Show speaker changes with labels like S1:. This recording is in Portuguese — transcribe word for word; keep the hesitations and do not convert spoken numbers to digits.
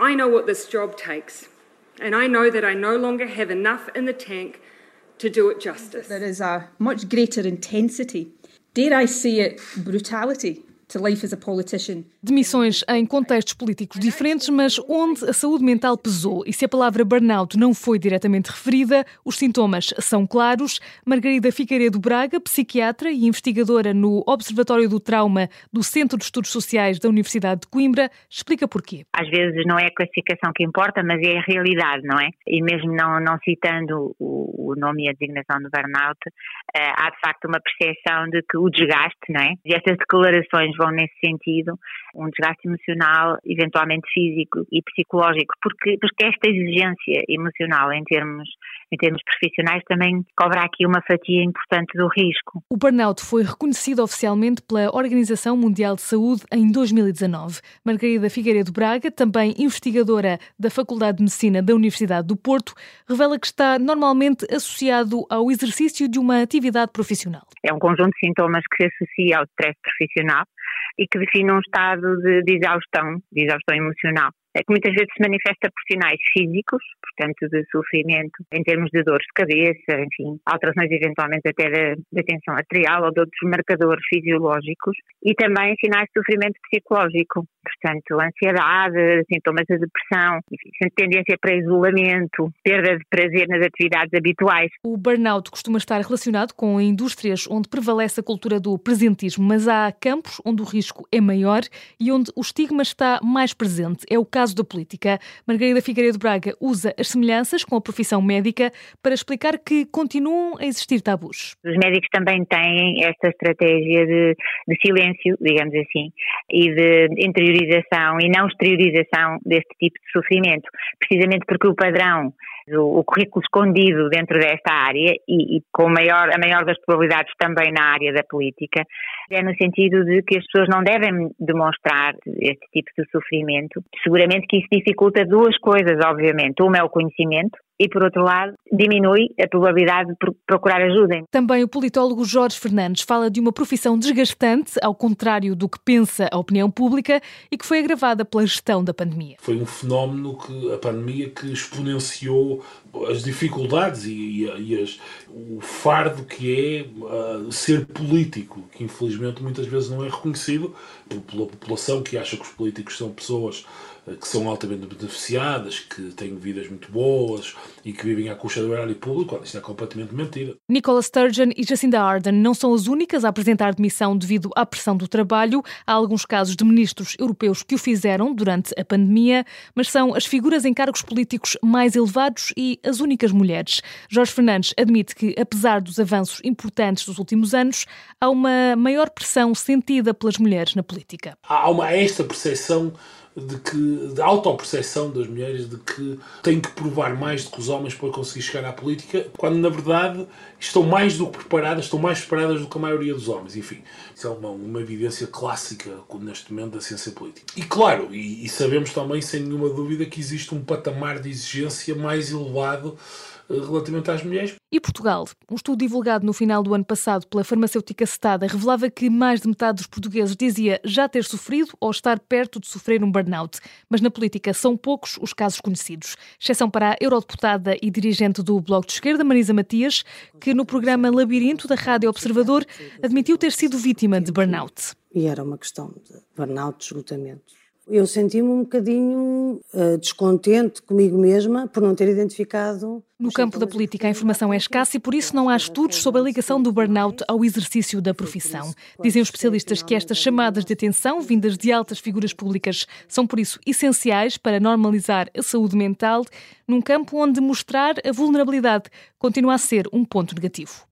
S1: I know what this job takes, and I know that I no longer have enough in the tank to do it justice.
S2: There is a much greater intensity, dare I say it, brutality, to life as a politician.
S3: Demissões em contextos políticos diferentes, mas onde a saúde mental pesou. E se a palavra burnout não foi diretamente referida, os sintomas são claros. Margarida Figueiredo Braga, psiquiatra e investigadora no Observatório do Trauma do Centro de Estudos Sociais da Universidade de Coimbra, explica porquê.
S4: Às vezes não é a classificação que importa, mas é a realidade, não é? E mesmo não, não citando o, o nome e a designação do burnout, uh, há de facto uma percepção de que o desgaste, não é? E estas declarações vão nesse sentido, um desgaste emocional, eventualmente físico e psicológico, porque, porque esta exigência emocional em termos, em termos profissionais também cobra aqui uma fatia importante do risco.
S3: O burnout foi reconhecido oficialmente pela Organização Mundial de Saúde em dois mil e dezanove. Margarida Figueiredo Braga, também investigadora da Faculdade de Medicina da Universidade do Porto, revela que está normalmente associado ao exercício de uma atividade profissional.
S4: É um conjunto de sintomas que se associa ao stress profissional e que define um estado de, de exaustão, de exaustão emocional. É que muitas vezes se manifesta por sinais físicos, portanto de sofrimento, em termos de dores de cabeça, enfim, alterações eventualmente até da, da tensão arterial ou de outros marcadores fisiológicos, e também sinais de sofrimento psicológico, portanto ansiedade, sintomas de depressão, enfim, tendência para isolamento, perda de prazer nas atividades habituais.
S3: O burnout costuma estar relacionado com indústrias onde prevalece a cultura do presentismo, mas há campos onde o risco é maior e onde o estigma está mais presente. É o caso caso da política. Margarida Figueiredo Braga usa as semelhanças com a profissão médica para explicar que continuam a existir tabus.
S4: Os médicos também têm esta estratégia de, de silêncio, digamos assim, e de interiorização e não exteriorização deste tipo de sofrimento, precisamente porque o padrão, o, o currículo escondido dentro desta área e, e com maior, a maior das probabilidades também na área da política, é no sentido de que as pessoas não devem demonstrar este tipo de sofrimento. Seguramente que isso dificulta duas coisas, obviamente. Uma é o conhecimento e, por outro lado, diminui a probabilidade de procurar ajuda.
S3: Também o politólogo Jorge Fernandes fala de uma profissão desgastante, ao contrário do que pensa a opinião pública, e que foi agravada pela gestão da pandemia.
S5: Foi um fenómeno, que a pandemia, que exponenciou as dificuldades e, e, e as, o fardo que é uh, ser político, que infelizmente muitas vezes não é reconhecido pela população, que acha que os políticos são pessoas que são altamente beneficiadas, que têm vidas muito boas e que vivem à custa do erário público, quando isto é completamente mentira.
S3: Nicola Sturgeon e Jacinda Ardern não são as únicas a apresentar demissão devido à pressão do trabalho. Há alguns casos de ministros europeus que o fizeram durante a pandemia, mas são as figuras em cargos políticos mais elevados e as únicas mulheres. Jorge Fernandes admite que, apesar dos avanços importantes dos últimos anos, há uma maior pressão sentida pelas mulheres na política.
S5: Há uma esta percepção de que, de autoperceção das mulheres de que têm que provar mais do que os homens para conseguir chegar à política, quando na verdade estão mais do que preparadas, estão mais preparadas do que a maioria dos homens. Enfim, isso é uma, uma evidência clássica neste momento da ciência política. E claro, e, e sabemos também sem nenhuma dúvida que existe um patamar de exigência mais elevado relativamente às mulheres.
S3: E Portugal? Um estudo divulgado no final do ano passado pela farmacêutica Cetada revelava que mais de metade dos portugueses dizia já ter sofrido ou estar perto de sofrer um burnout. Mas na política são poucos os casos conhecidos. Exceção para a eurodeputada e dirigente do Bloco de Esquerda, Marisa Matias, que no programa Labirinto da Rádio Observador admitiu ter sido vítima de burnout.
S6: E era uma questão de burnout, de esgotamento. Eu senti-me um bocadinho uh, descontente comigo mesma por não ter identificado...
S3: No campo da política a informação é escassa e por isso não há estudos sobre a ligação do burnout ao exercício da profissão. Dizem os especialistas que estas chamadas de atenção, vindas de altas figuras públicas, são por isso essenciais para normalizar a saúde mental, num campo onde mostrar a vulnerabilidade continua a ser um ponto negativo.